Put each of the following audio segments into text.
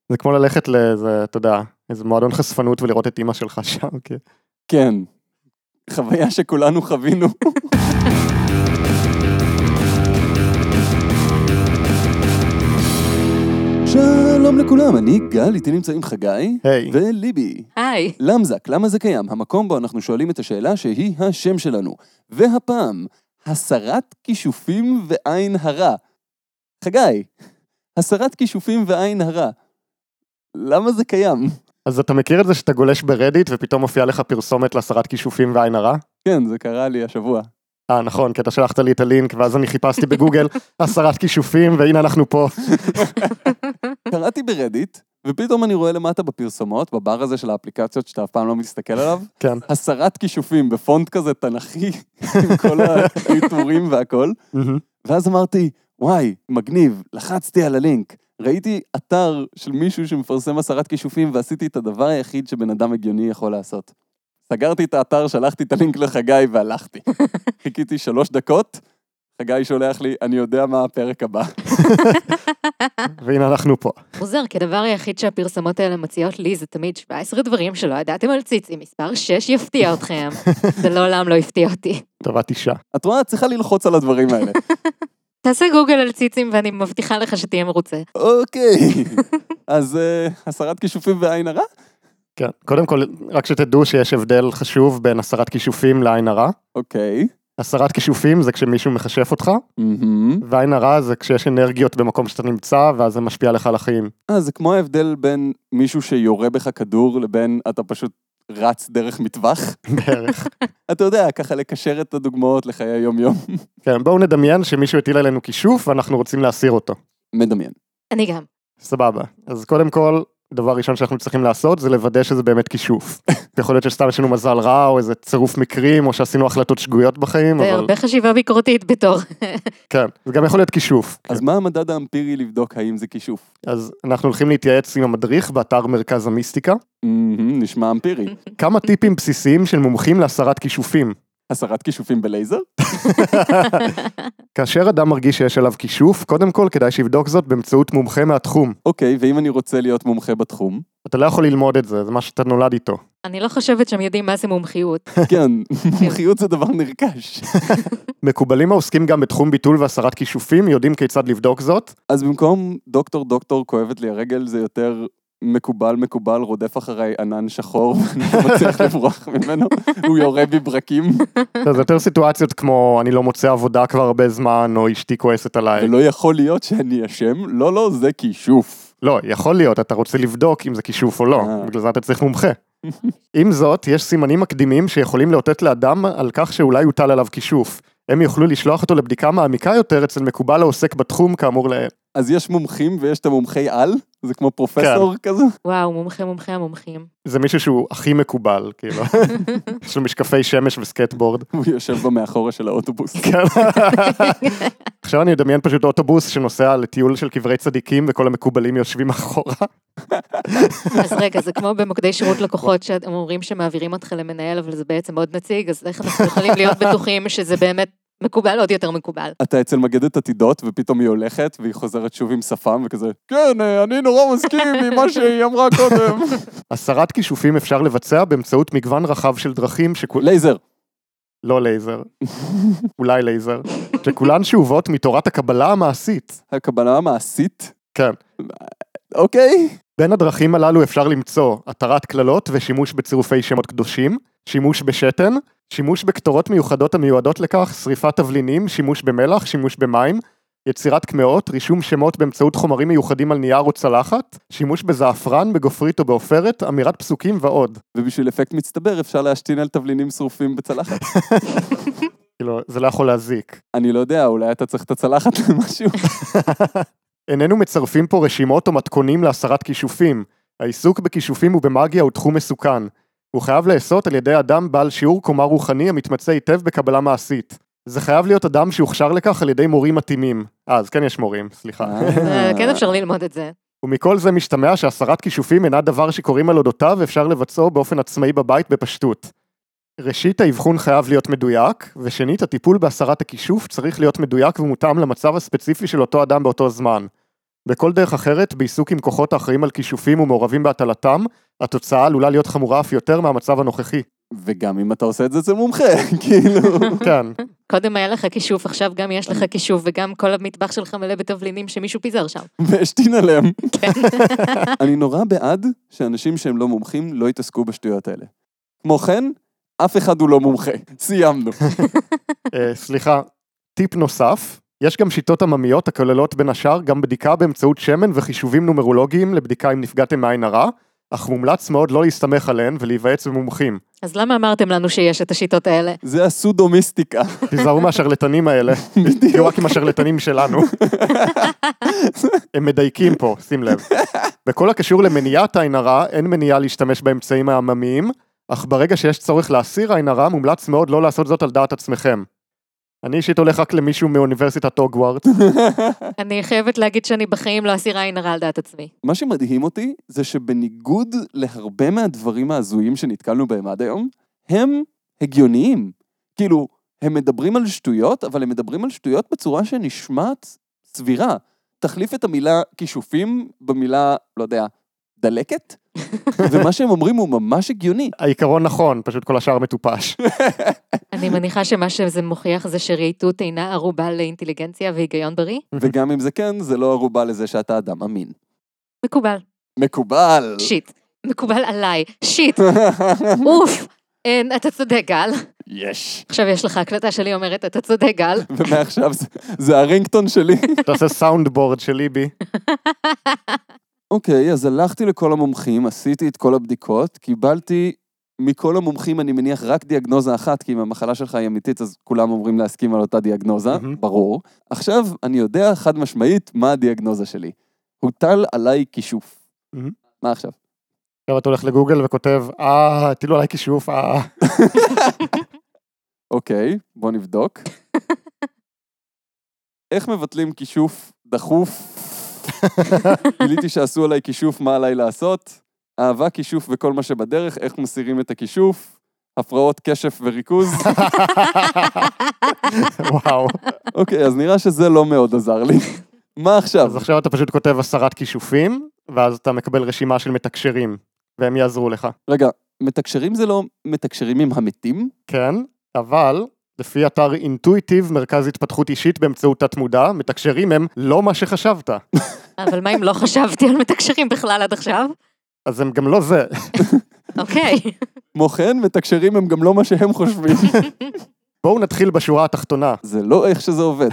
זה כמו ללכת לאיזה, אתה יודע, איזה מועדון חשפנות ולראות את אמא שלך שם, כן. כן, חוויה שכולנו חווינו. שלום לכולם, אני גל, איתי נמצאים חגי היי. וליבי. היי. למזק, למה זה קיים? המקום בו אנחנו שואלים את השאלה שהיא השם שלנו. והפעם, הסרת כישופים ועין הרע. חגי, הסרת כישופים ועין הרע. למה זה קיים? אז אתה מכיר את זה שאתה גולש ברדיט ופתאום מופיעה לך פרסומת להסרת כישופים ועין הרע? כן, זה קרה לי השבוע. נכון, כי אתה שלחת לי את הלינק ואז אני חיפשתי בגוגל הסרת כישופים והנה אנחנו פה. קראתי ברדיט, ופתאום אני רואה למטה בפרסומות, בבר הזה של האפליקציות שאתה אף פעם לא מסתכל עליו, כן. הסרת כישופים בפונט כזה תנכי, עם כל העיטורים והכל, ואז אמרתי, וואי, מגניב, לחצתי על הלינק, ראיתי אתר של מישהו שמפרסם הסרת כישופים, ועשיתי את הדבר היחיד שבן אדם הגיוני יכול לעשות. סגרתי את האתר, שלחתי את הלינק לחגי והלכתי. חיכיתי 3 דקות, חגי שולח לי, אני יודע מה הפרק הבא. והנה אנחנו פה. מוזר, כי הדבר היחיד שהפרסמות האלה מציעות לי זה תמיד 17 דברים שלא ידעתם על ציצים, מספר 6 יפתיע אתכם. זה לעולם לא יפתיע אותי. טובת אישה. את רואה, צריכה ללחוץ על הדברים האלה. תעשה גוגל על ציצים ואני מבטיחה לך שתהיה מרוצה. אוקיי. אז הסרת כישופים ועין הרע? כן. קודם כל, רק שתדעו שיש הבדל חשוב בין הסרת כישופים לעין הרע. אוקיי. הסרת כישופים זה כשמישהו מחשף אותך, ועין הרע זה כשיש אנרגיות במקום שאתה נמצא, ואז זה משפיע לך על החיים. זה כמו ההבדל בין מישהו שיורה בך כדור, לבין אתה פשוט רץ דרך מטווח. בערך. אתה יודע, ככה לקשר את הדוגמאות לחיי היום-יום. כן, בואו נדמיין שמישהו הטיל עלינו כישוף, ואנחנו רוצים להסיר אותו. מדמיין. אני גם. סבבה. אז קודם כל, דבר ראשון שאנחנו צריכים לעשות, זה לוודא שזה באמת כישוף. יכול להיות שסתם יש לנו מזל רע, או איזה צירוף מקרים, או שעשינו החלטות שגויות בחיים, אבל... והרבה חשיבה ביקורתית בתור. כן, זה גם יכול להיות כישוף. אז מה המדד האמפירי לבדוק האם זה כישוף? אז אנחנו הולכים להתייעץ עם המדריך באתר מרכז המיסטיקה. נשמע אמפירי. כמה טיפים בסיסיים של מומחים להסרת כישופים. הסרת כישופים בלייזר? כאשר אדם מרגיש שיש עליו כישוף, קודם כל כדאי שיבדוק זאת באמצעות מומחה מהתחום. אוקיי, ואם אני רוצה להיות מומחה בתחום? אתה לא יכול ללמוד את זה, זה מה שאתה נולד איתו. אני לא חושבת שהם יודעים מה זה מומחיות. כן, מומחיות זה דבר נרכש. מקובלים העוסקים גם בתחום ביטול והסרת כישופים, יודעים כיצד לבדוק זאת. אז במקום דוקטור, כואבת לי הרגל, זה יותר מקובל, רודף אחריי ענן שחור, ואני לא מצליח לברוח ממנו, הוא יורה בי ברקים. זה יותר סיטואציות כמו, אני לא מוצא עבודה כבר הרבה זמן, או אשתי כועסת עליי. ולא יכול להיות שאני אשם, לא, זה כישוף. לא, יכול להיות, אתה רוצה לבדוק אם זה כישוף או לא, בגלל זה אתה צריך מומחה. עם זאת, יש סימנים מקדימים שיכולים לאותת לאדם על כך שאולי יוטל עליו כישוף. הם יוכלו לשלוח אותו לבדיקה מעמיקה יותר אצל מקובל העוסק בתחום כאמור להם. אז יש מומחים ויש את המומחי על? זה כמו פרופסור כזה? וואו, מומחה המומחים. זה מישהו שהוא הכי מקובל, כאילו. יש לו משקפי שמש וסקטבורד. הוא יושב במאחורה של האוטובוס. כן. עכשיו אני אדמיין פשוט אוטובוס שנוסע לטיול של קברי צדיקים, וכל המקובלים יושבים מאחורה. אז רגע, זה כמו במוקדי שירות לקוחות, שאתם אומרים שמעבירים אותך למנהל, אבל זה בעצם עוד נציג, אז איך אנחנו יכולים להיות בטוחים שזה באמת מקובל, עוד יותר מקובל. אתה אצל מגדת עתידות, ופתאום היא הולכת, והיא חוזרת שוב עם שפם, וכזה, כן, אני נורא מסכים עם מה שהיא אמרה קודם. הסרת כישופים אפשר לבצע באמצעות מגוון רחב של דרכים לייזר. לא לייזר. אולי לייזר. שכולן שאובות מתורת הקבלה המעשית. הקבלה המעשית? כן. אוקיי. בין הדרכים הללו אפשר למצוא התרת כללות ושימוש בצירופי שמות קדושים, שימוש בשתן, שימוש בקטורות מיוחדות המיועדות לכך, שריפת תבלינים, שימוש במלח, שימוש במים, יצירת קמאות, רישום שמות באמצעות חומרים מיוחדים על נייר או צלחת, שימוש בזעפרן, בגופרית או באופרת, אמירת פסוקים ועוד. ובשביל אפקט מצטבר אפשר להשתין על תבלינים שרופים בצלחת. כאילו, זה לא יכול להזיק. אני לא יודע, אולי אתה צריך את הצלחת למשהו. איננו מצרפים פה רשימות או מתכונים להסרת כישופים. העיסוק בכישופים ובמאגיה הוא תחום מסוכן. הוא חייב לעשות על ידי אדם בעל שיעור קומה רוחני המתמצא היטב בקבלה מעשית. זה חייב להיות אדם שהוכשר לכך על ידי מורים מתאימים. אז כן יש מורים, סליחה. כן אפשר ללמוד את זה. ומכל זה משתמע שהסרת כישופים אינה דבר שקוראים על אודותיו ואפשר לבצעו באופן עצמאי בבית בפשטות. ראשית, האבחון חייב להיות מדויק, ושנית, הטיפול בהסרת הכישוף צריך להיות מדויק ומותאם למצב הספציפי של אותו אדם באותו זמן. בכל דרך אחרת, בעיסוק עם כוחות האחראים על כישופים ומעורבים בהטלתם, התוצאה עלולה להיות חמורה אף יותר מהמצב הנוכחי. וגם אם אתה עושה את זה אצל מומחה, כאילו. כן. קודם היה לך כישוף, עכשיו גם יש לך כישוף, וגם כל המטבח שלך מלא בתבלינים שמישהו פיזר שם. והשתין עליהם. כן. אני נורא בעד שאנשים שהם לא מומחים לא יתעסקו בשטויות האלה. כמו כן, אף אחד הוא לא מומחה. סיימנו. סליחה, טיפ נוסף, יש גם שיטות עממיות הכוללות בין השאר גם בדיקה באמצעות שמן וחישובים נומרולוגיים לבדיקה אם נפגעתם מעין הרע, אך מומלץ מאוד לא להסתמך עליהן ולהיוועץ במומחים. אז למה אמרתם לנו שיש את השיטות האלה? זה הסודומיסטיקה. תיזהרו מהשרלטנים האלה. תהיו רק עם השרלטנים שלנו. הם מדייקים פה, שים לב. בכל הקשור למניעת עין הרע, אין מניעה להשתמש באמצעים העממיים, אך ברגע שיש צורך להסיר עין הרע, מומלץ מאוד לא לעשות זאת על דעת עצמכם. אני אישית הולך רק למישהו מאוניברסיטת הוגוורט. אני חייבת להגיד שאני בחיים לא אסיר עין הרע על דעת עצמי. מה שמדהים אותי זה שבניגוד להרבה מהדברים ההזויים שנתקלנו בהם עד היום, הם הגיוניים. כאילו, הם מדברים על שטויות, אבל הם מדברים על שטויות בצורה שנשמעת סבירה. תחליף את המילה כישופים במילה, לא יודע, דלקת, ומה שהם אומרים הוא ממש הגיוני. העיקרון נכון, פשוט כל השאר מטופש. אני מניחה שמה שזה מוכיח זה שרהיטות אינה ערובה לאינטליגנציה והיגיון בריא. וגם אם זה כן, זה לא ערובה לזה שאתה אדם אמין. מקובל. מקובל. שיט. מקובל עליי. שיט. אוף. אתה צודק, גל. יש. עכשיו יש לך הקלטה שלי אומרת, אתה צודק, גל. ומעכשיו זה הרינגטון שלי. אתה עושה סאונדבורד של ליבי. אוקיי, אז הלכתי לכל המומחים, עשיתי את כל הבדיקות, קיבלתי מכל המומחים, אני מניח, רק דיאגנוזה אחת, כי אם המחלה שלך היא אמיתית, אז כולם אומרים להסכים על אותה דיאגנוזה, ברור. עכשיו, אני יודע חד משמעית מה הדיאגנוזה שלי. הוטל עליי כישוף. מה עכשיו? עכשיו אתה הולך לגוגל וכותב, תילו עליי כישוף, אוקיי, בוא נבדוק. איך מבטלים כישוף דחוף? גיליתי שעשו עליי כישוף, מה עליי לעשות? אהבה, כישוף וכל מה שבדרך, איך מסירים את הכישוף? הפרעות קשף וריכוז. וואו. אוקיי, אז נראה שזה לא מאוד עזר לי. מה עכשיו? אז עכשיו אתה פשוט כותב 10 כישופים, ואז אתה מקבל רשימה של מתקשרים, והם יעזרו לך. רגע, מתקשרים זה לא מתקשרים עם המתים? כן, אבל לפי אתר אינטואיטיב, מרכז התפתחות אישית באמצעות תת-מודע, מתקשרים הם לא מה שחשבת. אבל מה אם לא חשבתי על מתקשרים בכלל עד עכשיו? אז הם גם לא זה. אוקיי. כמו כן, מתקשרים הם גם לא מה שהם חושבים. בואו נתחיל בשורה התחתונה. זה לא איך שזה עובד.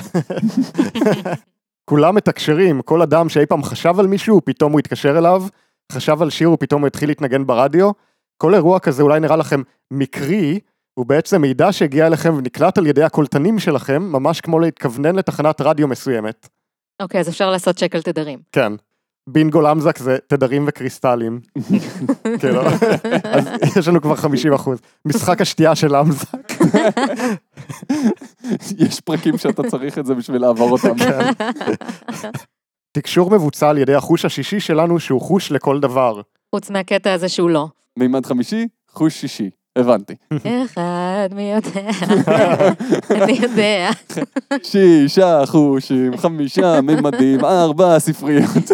כולם מתקשרים, כל אדם שאי פעם חשב על מישהו, פתאום הוא יתקשר אליו, חשב על שיר, ופתאום הוא התחיל להתנגן ברדיו. כל אירוע כזה אולי נראה לכם מקרי, הוא בעצם מידע שהגיע אליכם ונקלט על ידי הקולטנים שלכם, ממש כמו להתכוונן לתחנת רדיו מסוימת. אוקיי, אז אפשר לעשות צ'ק על תדרים. כן. בינגו למזק זה תדרים וקריסטלים. כאילו, אז יש לנו כבר 50%. משחק השתייה של למזק. יש פרקים שאתה צריך את זה בשביל לעבור אותם. תקשור מבוצע על ידי החוש השישי שלנו שהוא חוש לכל דבר. חוץ מהקטע הזה שהוא לא. מימד חמישי, חוש שישי. הבנתי. אחד, מי יודע? אני יודע. 6 חושים, 5 מימדים, 4 ספריות.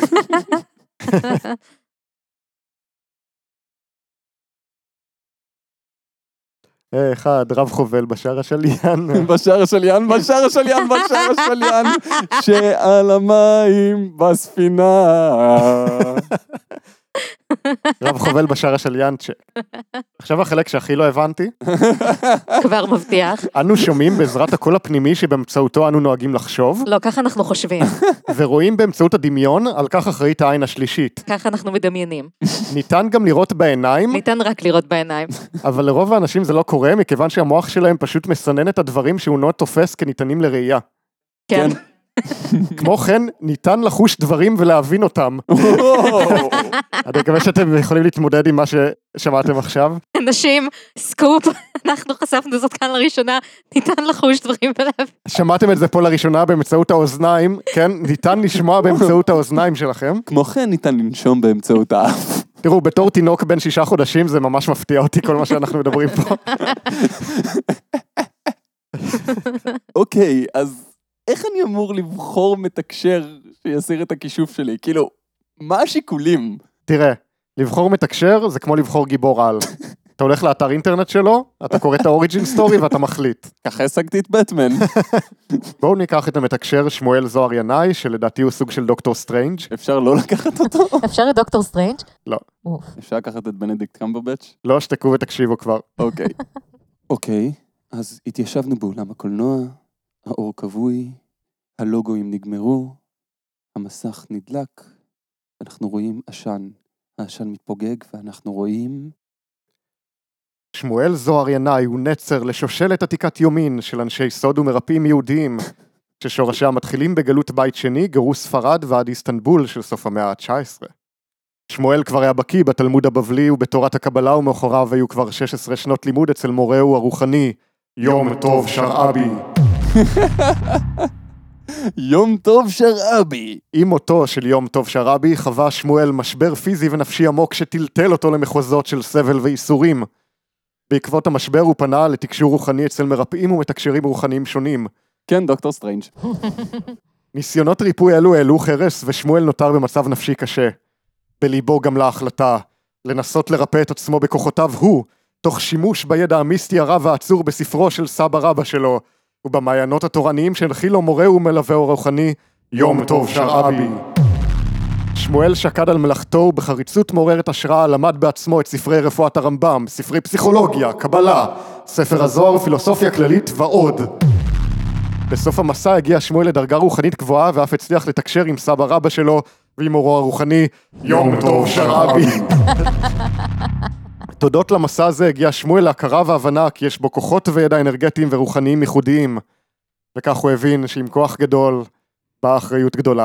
אחד, רב חובל בשער השליין. בשער השליין, בשער השליין, בשער השליין, שעל המים בספינה. רב חובל בשער השליין, צ'ק. עכשיו החלק שהכי לא הבנתי. כבר מבטיח. אנו שומעים בעזרת הקול הפנימי שבאמצעותו אנו נוהגים לחשוב. לא, ככה אנחנו חושבים. ורואים באמצעות הדמיון, על כך אחראית העין השלישית. ככה אנחנו מדמיינים. ניתן גם לראות בעיניים. ניתן רק לראות בעיניים. אבל לרוב האנשים זה לא קורה, מכיוון שהמוח שלהם פשוט מסנן את הדברים שהוא לא תופס כניתנים לראייה. כן. כמו כן, ניתן לחוש דברים ולהבין אותם. אני מקווה שאתם יכולים להתמודד עם מה ששמעתם עכשיו. אנשים, סקופ, אנחנו חשפנו זאת כאן לראשונה, ניתן לחוש דברים ולהבין. שמעתם את זה פה לראשונה באמצעות האוזניים, כן? ניתן לשמוע באמצעות האוזניים שלכם. כמו כן ניתן לנשום באמצעות האף. תראו, בתור תינוק בן 6 חודשים זה ממש מפתיע אותי כל מה שאנחנו מדברים פה. אוקיי, אז איך אני אמור לבחור מתקשר שיסיר את הכישוף שלי. כאילו, מה השיקולים? תראה, לבחור מתקשר זה כמו לבחור גיבור על. אתה הולך לאתר אינטרנט שלו, אתה קורא את האוריג'ין סטורי ואתה מחליט. ככה השגתי את בטמן. בואו ניקח את המתקשר שמואל זוהר ינאי, שלדעתי הוא סוג של דוקטור סטרנג'. אפשר לא לקחת אותו? אפשר את דוקטור סטרנג'? לא. אפשר לקחת את בנדיקט קמברבץ'? לא, שתקו ותקשיבו כבר. אוקיי. אוקיי, אז התיישבנו באולם הקולנוע, האור כבוי, הלוגוים נגמרו, המסך נדלק, אנחנו רואים עשן. העשן מתפוגג ואנחנו רואים... שמואל זוהר ינאי הוא נצר לשושלת עתיקת יומין של אנשי סוד ומרפאים יהודיים, ששורשיה מתחילים בגלות בית שני, גירוש ספרד ועד איסטנבול של סוף המאה ה-19. שמואל כבר היה בקיא בתלמוד הבבלי ובתורת הקבלה, ומאחוריו היו כבר 16 שנות לימוד אצל מורהו הרוחני, יום טוב שרעבי. יום טוב שרעבי. עם מותו של יום טוב שרעבי חווה שמואל משבר פיזי ונפשי עמוק שטלטל אותו למחוזות של סבל ואיסורים. בעקבות המשבר הוא פנה לתקשור רוחני אצל מרפאים ומתקשרים רוחניים שונים. כן, דוקטור סטרנג'. ניסיונות ריפוי אלו העלו חרס, ושמואל נותר במצב נפשי קשה. בליבו גם להחלטה, לנסות לרפא את עצמו בכוחותיו הוא, תוך שימוש בידע המיסטי הרב העצור בספרו של סבא רבא שלו, ובמעיינות התורניים שהנחיל לו מורהו ומלווהו הרוחני, יום טוב שרעבי. שמואל שקד על מלאכתו ובחריצות מעוררת השראה למד בעצמו את ספרי רפואת הרמב"ם, ספרי פסיכולוגיה, קבלה, ספר הזוהר, פילוסופיה כללית ועוד. בסוף המסע הגיע שמואל לדרגה רוחנית גבוהה ואף הצליח לתקשר עם סבא רבא שלו ועם מורו הרוחני, יום טוב שרעבי. תודות למסע הזה הגיע שמואל להכרה והבנה כי יש בו כוחות וידע אנרגטיים ורוחניים ייחודיים, וכך הוא הבין שעם כוח גדול באה אחריות גדולה.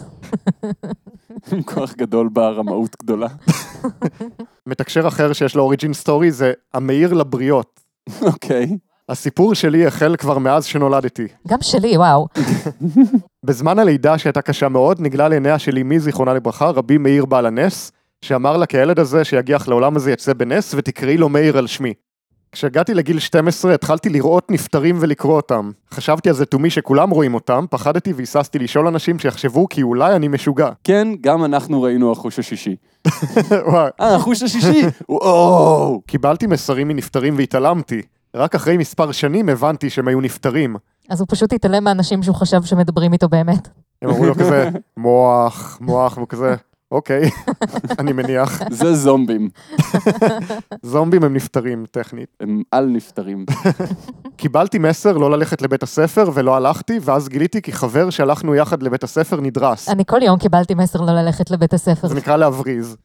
עם כוח גדול באה רמאות גדולה. מתקשר אחר שיש לו אוריג'ין סטורי זה המאיר לבריות. אוקיי. הסיפור שלי החל כבר מאז שנולדתי. גם שלי, וואו. בזמן הלידה שהייתה קשה מאוד, נגלה לעיניה של אמי זיכרונה לברכה, רבי מאיר בעל הנס, שאמר לה כי הילד הזה שיגיח לעולם הזה יצא בנס ותקראי לו מאיר על שמי. כשהגעתי לגיל 12 התחלתי לראות נפטרים ולקרוא אותם. חשבתי על זה תומי שכולם רואים אותם, פחדתי והיססתי לשאול אנשים שיחשבו כי אולי אני משוגע. כן, גם אנחנו ראינו החוש השישי. וואי. החוש השישי! וואו! קיבלתי מסרים מנפטרים והתעלמתי. רק אחרי מספר שנים הבנתי שהם היו נפטרים. אז הוא פשוט התעלם מהאנשים שהוא חשב שמדברים איתו באמת. הם אמרו לו כזה, מוח, והוא כזה, אוקיי, אני מניח. זה זומבים. זומבים הם נפטרים, טכנית. הם על נפטרים. קיבלתי מסר לא ללכת לבית הספר ולא הלכתי, ואז גיליתי כי חבר שהלכנו יחד לבית הספר נדרס. אני כל יום קיבלתי מסר לא ללכת לבית הספר. זה נקרא להבריז.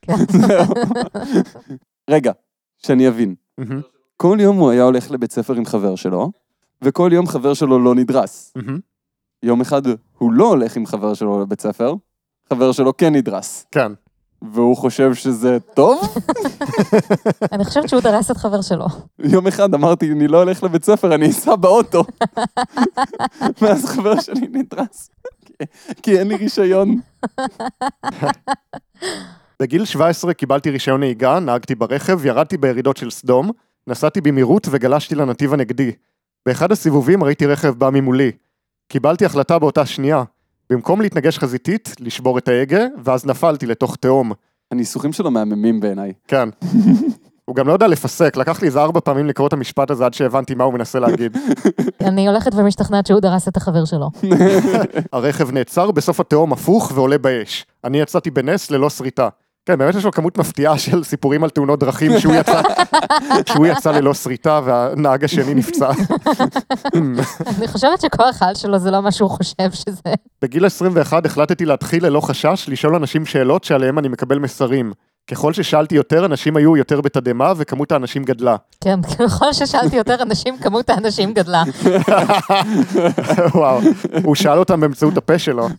רגע, שאני אבין. כל יום הוא היה הולך לבית ספר עם חבר שלו, וכל יום חבר שלו לא נדרס. יום אחד הוא לא הולך עם חבר שלו לבית ספר, חבר שלו כן נדרס. כן. והוא חושב שזה טוב? אני חושבת שהוא דרס את חבר שלו. יום אחד אמרתי, אני לא הולך לבית ספר, אני אסע באוטו. ואז חבר שלי נדרס. כי אין לי רישיון. בגיל 17 קיבלתי רישיון נהיגה, נהגתי ברכב, ירדתי בירידות של סדום, נסעתי במהירות וגלשתי לנתיב הנגדי. באחד הסיבובים ראיתי רכב בא ממולי. קיבלתי החלטה באותה שנייה. במקום להתנגש חזיתית, לשבור את ההגה, ואז נפלתי לתוך תהום. הניסוחים שלו מהממים בעיניי. כן. הוא גם לא יודע לפסק, לקח לי איזה 4 פעמים לקרוא את המשפט הזה עד שהבנתי מה הוא מנסה להגיד. אני הולכת ומשתכנעת שהוא דרס את החבר שלו. הרכב נעצר בסוף התהום הפוך ועולה באש. אני יצאתי בנס ללא שריטה. כן, באמת יש לו כמות מפתיעה של סיפורים על תאונות דרכים שהוא יצא ללא שריטה והנהג השני נפצע. אני חושבת שכוח העל שלו זה לא מה שהוא חושב שזה. בגיל 21 החלטתי להתחיל ללא חשש לשאול אנשים שאלות שעליהם אני מקבל מסרים. ככל ששאלתי יותר, אנשים היו יותר בתדהמה וכמות האנשים גדלה. כן, ככל ששאלתי יותר אנשים, כמות האנשים גדלה. וואו, הוא שאל אותם באמצעות הפה שלו.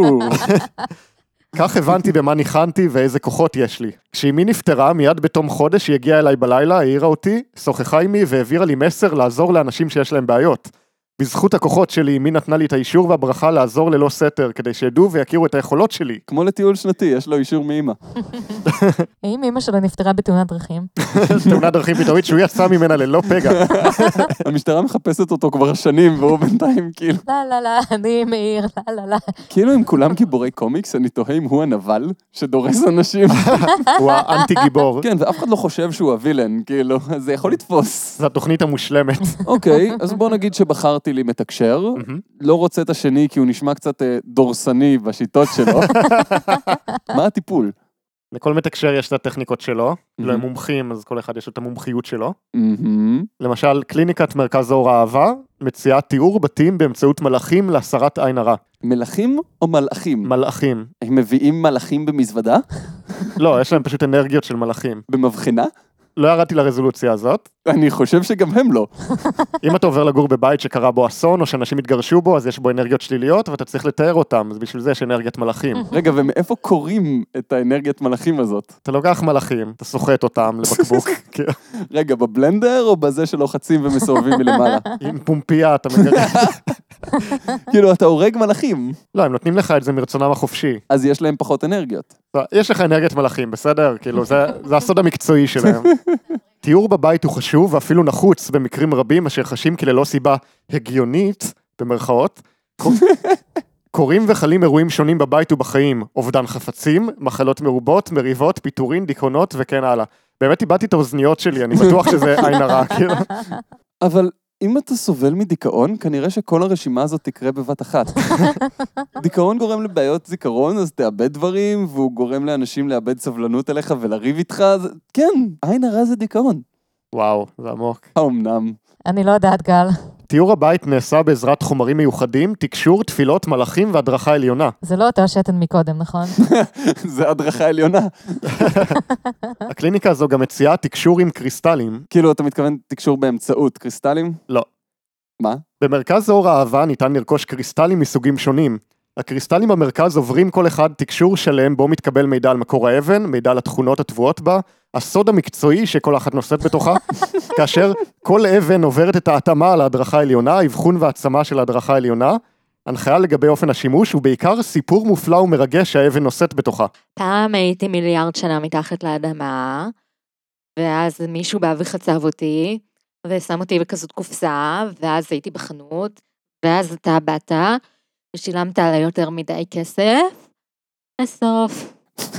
כך הבנתי במה ניחנתי ואיזה כוחות יש לי. כשאמי נפטרה, מיד בתום חודש היא הגיעה אליי בלילה, העירה אותי, שוחחה עמי והעבירה לי מסר לעזור לאנשים שיש להם בעיות. בזכות הכוחות שלי, מי נתנה לי את האישור והברכה לעזור ללא סתר, כדי שידעו ויכירו את היכולות שלי. כמו לטיול שנתי, יש לו אישור מאמא. האם אמא שלו נפטרה בתאונת דרכים? תאונת דרכים פתאומית שהוא יצא ממנה ללא פגע. המשטרה מחפשת אותו כבר שנים, והוא בינתיים כאילו... לא, אני מאיר, לא. כאילו הם כולם גיבורי קומיקס, אני תוהה אם הוא הנבל שדורס אנשים. הוא האנטי גיבור. כן, ואף אחד לא חושב שהוא הווילן, כאילו, זה יכול לתפוס. זו התוכנית המושלמת. אוקיי, אז בוא נגיד שבחרתי לי מתקשר, לא רוצה את השני כי הוא נשמע קצת דורסני בשיטות שלו. מה הטיפול? לכל מתקשר יש את הטכניקות שלו, לא הם מומחים, אז כל אחד יש את המומחיות שלו. למשל, קליניקת מרכז אור האהבה, מציעה תיאור בתים באמצעות מלאכים להסרת עין הרע. מלאכים או מלאכים? מלאכים. הם מביאים מלאכים במזוודה? לא, יש להם פשוט אנרגיות של מלאכים. במבחינה? לא ירדתי לרזולוציה הזאת. אני חושב שגם הם לא. אם אתה עובר לגור בבית שקרה בו אסון, או שאנשים התגרשו בו, אז יש בו אנרגיות שליליות, ואתה צריך לתאר אותם, אז בשביל זה יש אנרגיית מלאכים. רגע, ומאיפה קוראים את האנרגיית מלאכים הזאת? אתה לוקח מלאכים, אתה סוחט אותם לבקבוק. רגע, בבלנדר או בזה שלוחצים ומסובבים מלמעלה? עם פומפיה אתה מגרש. כאילו, אתה הורג מלאכים. לא, הם נותנים לך את זה מרצונם החופשי. אז יש להם פחות אנרגיות. יש לך אנרגיית מלאכים, בסדר? כאילו, זה הסוד המקצועי שלהם. תיאור בבית הוא חשוב ואפילו נחוץ במקרים רבים אשר חשים כי ללא סיבה הגיונית, במרכאות, קורים וחלים אירועים שונים בבית ובחיים, אובדן חפצים, מחלות מרובות, מריבות, פיטורין, דיכאונות וכן הלאה. באמת איבדתי את האוזניות שלי, אני בטוח שזה עין הרע, כאילו. אבל אם אתה סובל מדיכאון, כנראה שכל הרשימה הזאת תקרה בבת אחת. דיכאון גורם לבעיות זיכרון, אז תאבד דברים, והוא גורם לאנשים לאבד סבלנות אליך ולריב איתך, אז כן, עין הרע זה דיכאון. וואו, זה עמוק. האומנם. אני לא יודעת, גל. תיאור הבית נעשה בעזרת חומרים מיוחדים, תקשור, תפילות, מלאכים והדרכה עליונה. זה לא אותו השתן מקודם, נכון? זה הדרכה עליונה. הקליניקה הזו גם מציעה תקשור עם קריסטלים. כאילו, אתה מתכוון תקשור באמצעות קריסטלים? לא. מה? במרכז אור האהבה ניתן לרכוש קריסטלים מסוגים שונים. הקריסטלים במרכז עוברים כל אחד תקשור שלם בו מתקבל מידע על מקור האבן, מידע על התכונות הטבועות בה, הסוד המקצועי שכל אחת נושאת בתוכה, כאשר כל אבן עוברת את ההתאמה על ההדרכה העליונה, האבחון והעצמה של ההדרכה העליונה, הנחיה לגבי אופן השימוש, ובעיקר סיפור מופלא ומרגש שהאבן נושאת בתוכה. פעם הייתי מיליארד שנה מתחת לאדמה, ואז מישהו בא וחצב אותי, ושם אותי בכזאת קופסה, ואז הייתי בחנות, ואז אתה באת, ושילמת עליי יותר מדי כסף, בסוף.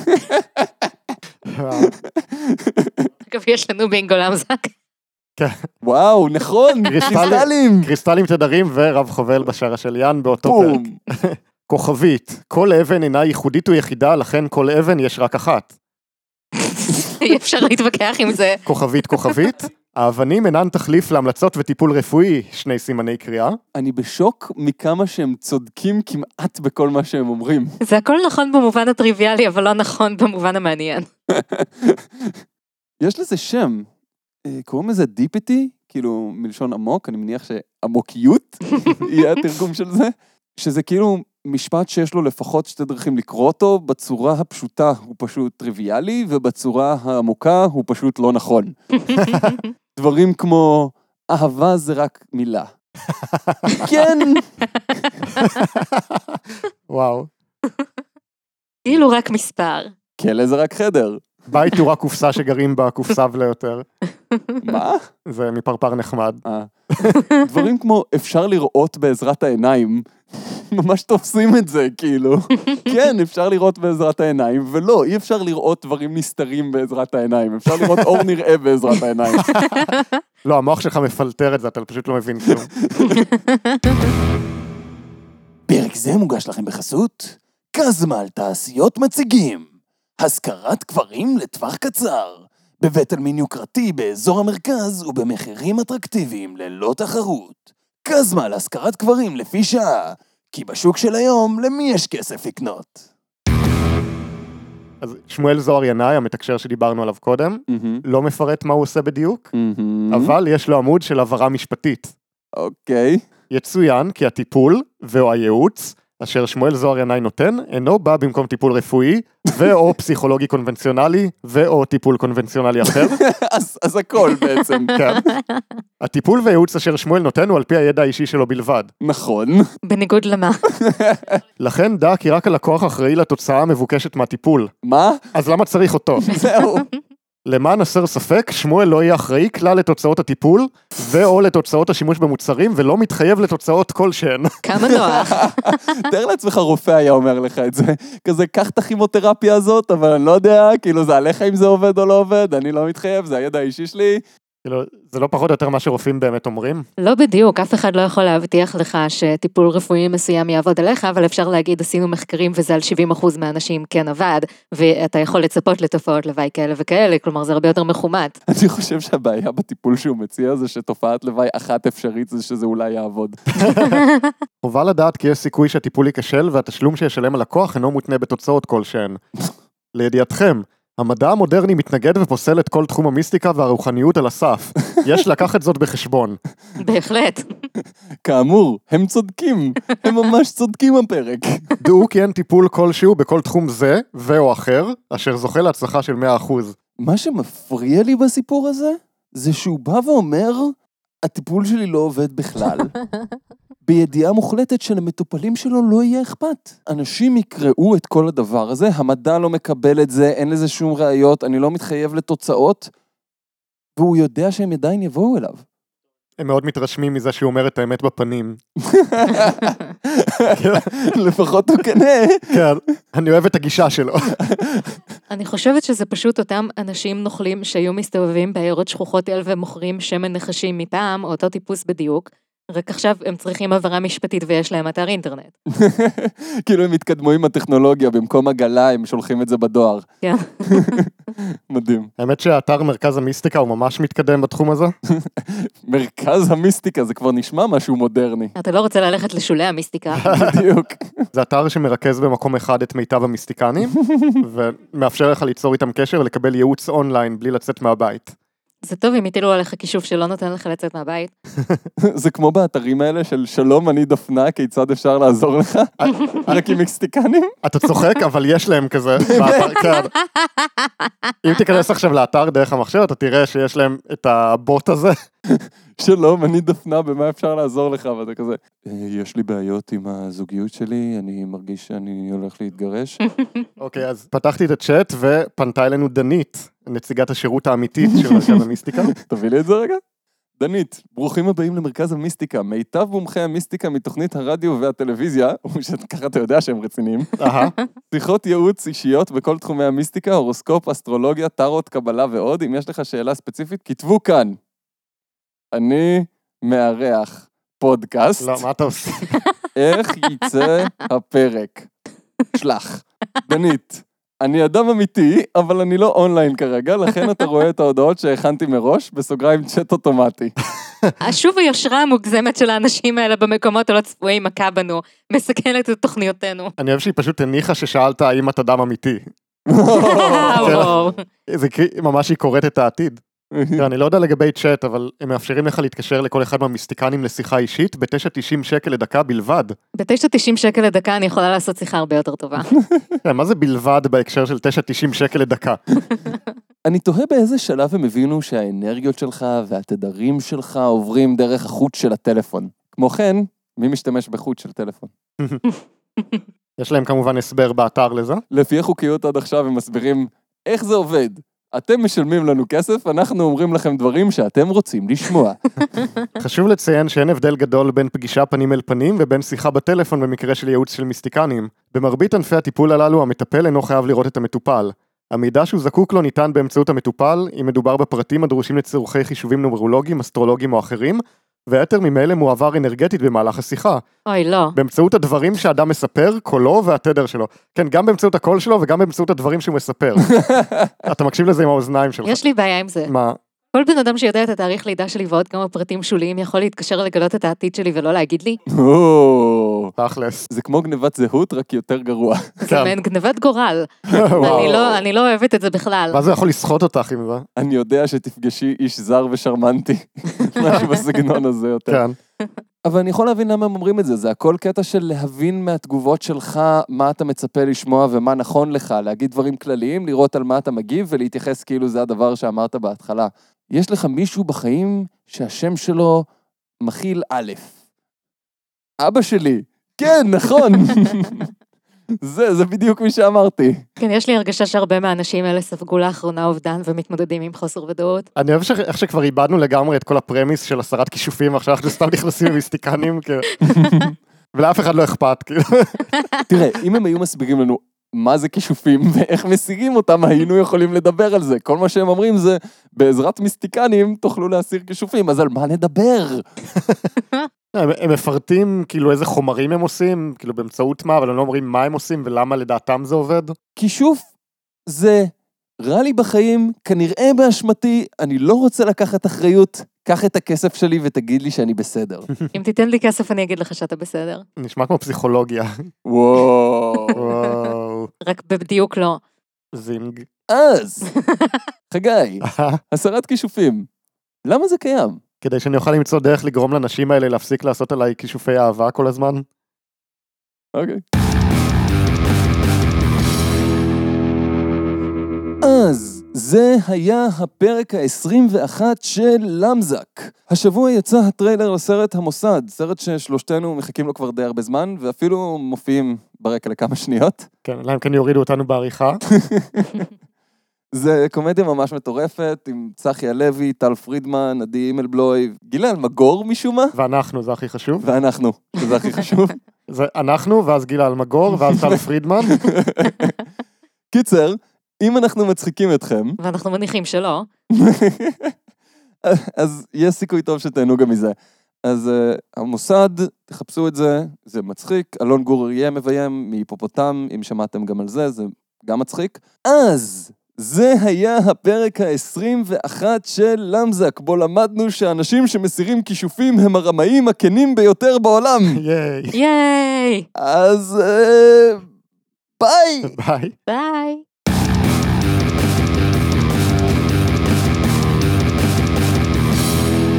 אגב, יש לנו בינגו למזק. וואו, נכון, קריסטלים. קריסטלים תדרים ורב חובל בשער של יאן באותו פרק. כוכבית, כל אבן אינה ייחודית ויחידה, לכן כל אבן יש רק אחת. אי אפשר להתווכח עם זה. כוכבית, האבנים אינן תחליף להמלצות וטיפול רפואי, שני סימני קריאה. אני בשוק מכמה שהם צודקים כמעט בכל מה שהם אומרים. זה הכל נכון במובן הטריוויאלי, אבל לא נכון במובן המעניין. יש לזה שם, קוראים לזה דיפיטי, כאילו מלשון עמוק, אני מניח שעמוקיות יהיה התרגום של זה, שזה כאילו משפט שיש לו לפחות שתי דרכים לקרוא אותו, בצורה הפשוטה הוא פשוט טריוויאלי, ובצורה העמוקה הוא פשוט לא נכון. דברים כמו, אהבה זה רק מילה. כן! וואו. כאילו רק מספר. כלא זה רק חדר. בית הוא רק קופסה שגרים בה, קופסה ולא יותר. מה? זה מפרפר נחמד. דברים כמו אפשר לראות בעזרת העיניים, ממש תופסים את זה, כאילו. כן, אפשר לראות בעזרת העיניים, ולא, אי אפשר לראות דברים נסתרים בעזרת העיניים, אפשר לראות אור נראה בעזרת העיניים. לא, המוח שלך מפלטר את זה, אתה פשוט לא מבין כלום. פרק זה מוגש לכם בחסות, קזמל תעשיות מציגים, השכרת קברים לטווח קצר, בבית עלמין יוקרתי באזור המרכז ובמחירים אטרקטיביים ללא תחרות. קזמל השכרת קברים לפי שעה, כי בשוק של היום למי יש כסף לקנות? אז שמואל זוהר ינאי, המתקשר שדיברנו עליו קודם, לא מפרט מה הוא עושה בדיוק, אבל יש לו עמוד של הבהרה משפטית. אוקיי. יצוין כי הטיפול ואו הייעוץ אשר שמואל זוהר ינאי נותן, אינו בא במקום טיפול רפואי, ואו פסיכולוגי קונבנציונלי, ואו טיפול קונבנציונלי אחר. אז הכל בעצם. כן. הטיפול והייעוץ אשר שמואל נותן הוא על פי הידע האישי שלו בלבד. נכון. בניגוד למה? לכן דע כי רק הלקוח אחראי לתוצאה המבוקשת מהטיפול. מה? אז למה צריך אותו? זהו. למען הסר ספק, שמואל לא יהיה אחראי כלל לתוצאות הטיפול, ואו לתוצאות השימוש במוצרים, ולא מתחייב לתוצאות כלשהן. כמה נוח. תאר לעצמך רופא היה אומר לך את זה, כזה, קח את הכימותרפיה הזאת, אבל אני לא יודע, כאילו זה עליך אם זה עובד או לא עובד, אני לא מתחייב, זה הידע האישי שלי. כאילו, זה לא פחות או יותר מה שרופאים באמת אומרים. לא בדיוק, אף אחד לא יכול להבטיח לך שטיפול רפואי מסוים יעבוד עליך, אבל אפשר להגיד, עשינו מחקרים וזה על 70% מהאנשים כן עבד, ואתה יכול לצפות לתופעות לוואי כאלה וכאלה, כלומר זה הרבה יותר מחומט. אני חושב שהבעיה בטיפול שהוא מציע זה שתופעת לוואי אחת אפשרית זה שזה אולי יעבוד. חובה לדעת כי יש סיכוי שהטיפול ייכשל והתשלום שישלם הלקוח אינו מותנה בתוצאות כלשהן. לידיעתכם, המדע המודרני מתנגד ופוסל את כל תחום המיסטיקה והרוחניות על הסף. יש לקחת זאת בחשבון. בהחלט. כאמור, הם צודקים, הם ממש צודקים הפרק. דעו כי אין טיפול כלשהו בכל תחום זה ואו אחר, אשר זוכה להצלחה של 100%. מה שמפריע לי בסיפור הזה, זה שהוא בא ואומר, הטיפול שלי לא עובד בכלל. בידיעה מוחלטת שלמטופלים שלו לא יהיה אכפת. אנשים יקראו את כל הדבר הזה, המדע לא מקבל את זה, אין לזה שום ראיות, אני לא מתחייב לתוצאות, והוא יודע שהם עדיין יבואו אליו. הם מאוד מתרשמים מזה שהוא אומר את האמת בפנים. לפחות הוא כנה. כן, אני אוהב את הגישה שלו. אני חושבת שזה פשוט אותם אנשים נוכלים שהיו מסתובבים בעיירות שכוחות אל ומוכרים שמן נחשים מפעם, או אותו טיפוס בדיוק, רק עכשיו הם צריכים עברה משפטית ויש להם אתר אינטרנט. כאילו הם התקדמו עם הטכנולוגיה, במקום עגלה הם שולחים את זה בדואר. כן. מדהים. האמת שהאתר מרכז המיסטיקה הוא ממש מתקדם בתחום הזה. מרכז המיסטיקה זה כבר נשמע משהו מודרני. אתה לא רוצה ללכת לשולי המיסטיקה. בדיוק. זה אתר שמרכז במקום אחד את מיטב המיסטיקנים, ומאפשר לך ליצור איתם קשר ולקבל ייעוץ אונליין בלי לצאת מהבית. זה טוב אם יטילו עליך כישוף שלא נותן לך לצאת מהבית. זה כמו באתרים האלה של שלום אני דפנה, כיצד אפשר לעזור לך? רק עם מיסטיקנים? אתה צוחק, אבל יש להם כזה באתר, כן. אם תיכנס עכשיו לאתר דרך המחשב, אתה תראה שיש להם את הבוט הזה. שלום, אני דפנה, במה אפשר לעזור לך? ואתה כזה, יש לי בעיות עם הזוגיות שלי, אני מרגיש שאני הולך להתגרש. אוקיי, אז פתחתי את הצ'אט ופנתה אלינו דנית, נציגת השירות האמיתית של מרכז המיסטיקה. תביא לי את זה רגע. דנית, ברוכים הבאים למרכז המיסטיקה, מיטב מומחי המיסטיקה מתוכנית הרדיו והטלוויזיה, שככה אתה יודע שהם רציניים, שיחות ייעוץ אישיות בכל תחומי המיסטיקה, הורוסקופ, אסטרולוגיה, טארוט, קבלה ועוד. אם יש לך שאלה ספציפית, כתבו כאן. אני מארח פודקאסט. לא, מה אתה עושה? איך יצא הפרק? שלח. דנית, אני אדם אמיתי, אבל אני לא אונליין כרגע, לכן אתה רואה את ההודעות שהכנתי מראש, בסוגריים צ'אט אוטומטי. שוב היושרה המוגזמת של האנשים האלה במקומות הלא צפויים מכה בנו, מסכנת את תוכניותינו. אני אוהב שהיא פשוט הניחה ששאלת האם אתה אדם אמיתי. וואו. זה ממש היא קוראת את העתיד. אני לא יודע לגבי צ'אט, אבל הם מאפשרים לך להתקשר לכל אחד מהמיסטיקנים לשיחה אישית ב-9.90 שקל לדקה בלבד. ב-9.90 שקל לדקה אני יכולה לעשות שיחה הרבה יותר טובה. מה זה בלבד בהקשר של 9.90 שקל לדקה? אני תוהה באיזה שלב הם הבינו שהאנרגיות שלך והתדרים שלך עוברים דרך החוט של הטלפון. כמו כן, מי משתמש בחוט של טלפון? יש להם כמובן הסבר באתר לזה. לפי החוקיות עד עכשיו הם מסבירים איך זה עובד. אתם משלמים לנו כסף, אנחנו אומרים לכם דברים שאתם רוצים לשמוע. חשוב לציין שאין הבדל גדול בין פגישה פנים אל פנים ובין שיחה בטלפון במקרה של ייעוץ של מיסטיקנים. במרבית ענפי הטיפול הללו המטפל אינו חייב לראות את המטופל. המידע שהוא זקוק לו ניתן באמצעות המטופל, אם מדובר בפרטים הדרושים לצורכי חישובים נומרולוגיים, אסטרולוגיים או אחרים, ויתר ממילא מועבר אנרגטית במהלך השיחה. אוי, לא. באמצעות הדברים שאדם מספר, קולו והתדר שלו. כן, גם באמצעות הקול שלו וגם באמצעות הדברים שהוא מספר. אתה מקשיב לזה עם האוזניים שלך. יש לי בעיה עם זה. מה? כל בן אדם שיודע את התאריך לידה שלי ועוד כמה פרטים שוליים יכול להתקשר לגלות את העתיד שלי ולא להגיד לי? תכלס. זה כמו גנבת זהות, רק יותר גרוע. זה מעין גנבת גורל. אני לא אוהבת את זה בכלל. מה זה יכול לסחוט אותך עם זה? אני יודע שתפגשי איש זר ושרמנטי. משהו בסגנון הזה יותר. כן. אבל אני יכול להבין למה הם אומרים את זה, זה הכל קטע של להבין מהתגובות שלך מה אתה מצפה לשמוע ומה נכון לך, להגיד דברים כלליים, לראות על מה אתה מגיב ולהתייחס כאילו זה הדבר שאמרת בהתחלה. יש לך מישהו בחיים שהשם שלו מכיל א'. אבא שלי. כן, נכון. זה בדיוק מי שאמרתי. כן, יש לי הרגשה שהרבה מהאנשים האלה ספגו לאחרונה אובדן ומתמודדים עם חוסר ודאות. אני אוהב איך שכבר איבדנו לגמרי את כל הפרמיס של 10 כישופים, ועכשיו אנחנו סתם נכנסים מיסטיקנים, ולאף אחד לא אכפת, כאילו. תראה, אם הם היו מסבירים לנו מה זה כישופים ואיך משיגים אותם, היינו יכולים לדבר על זה. כל מה שהם אומרים זה, בעזרת מיסטיקנים תוכלו להסיר כישופים, אז על מה נדבר? הם מפרטים כאילו איזה חומרים הם עושים, כאילו באמצעות מה, אבל הם לא אומרים מה הם עושים ולמה לדעתם זה עובד. כישוף זה רע לי בחיים, כנראה באשמתי, אני לא רוצה לקחת אחריות, קח את הכסף שלי ותגיד לי שאני בסדר. אם תיתן לי כסף אני אגיד לך שאתה בסדר. נשמע כמו פסיכולוגיה. וואו. רק בדיוק לא. זינג. אז, חגי, 10 כישופים, למה זה קיים? כדי שאני אוכל למצוא דרך לגרום לנשים האלה להפסיק לעשות עליי כישופי אהבה כל הזמן. אוקיי. אז, זה היה הפרק ה-21 של למזק. השבוע יצא הטריילר לסרט המוסד, סרט ששלושתנו מחכים לו כבר די הרבה זמן, ואפילו מופיעים ברקע לכמה שניות. כן, להם כאן יורידו אותנו בעריכה. זה קומדיה ממש מטורפת, עם צחי הלוי, טל פרידמן, עדי הימלבלוי, גילה אלמגור משום מה? ואנחנו, זה הכי חשוב. ואנחנו, שזה הכי חשוב. זה אנחנו, ואז גילה אלמגור, ואז טל פרידמן. קיצר, אם אנחנו מצחיקים אתכם... ואנחנו מניחים שלא. אז יש סיכוי טוב שתהנו גם מזה. אז המוסד, תחפשו את זה, זה מצחיק. אלון גור יהיה מביים מהיפופוטם, אם שמעתם גם על זה, זה גם מצחיק. אז... זה היה הפרק ה-21 של למזק, בו למדנו שאנשים שמסירים כישופים הם הרמאים הכנים ביותר בעולם. ייי. ייי! אז ביי! ביי. ביי!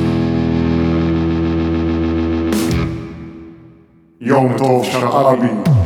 יום טוב שרעבי.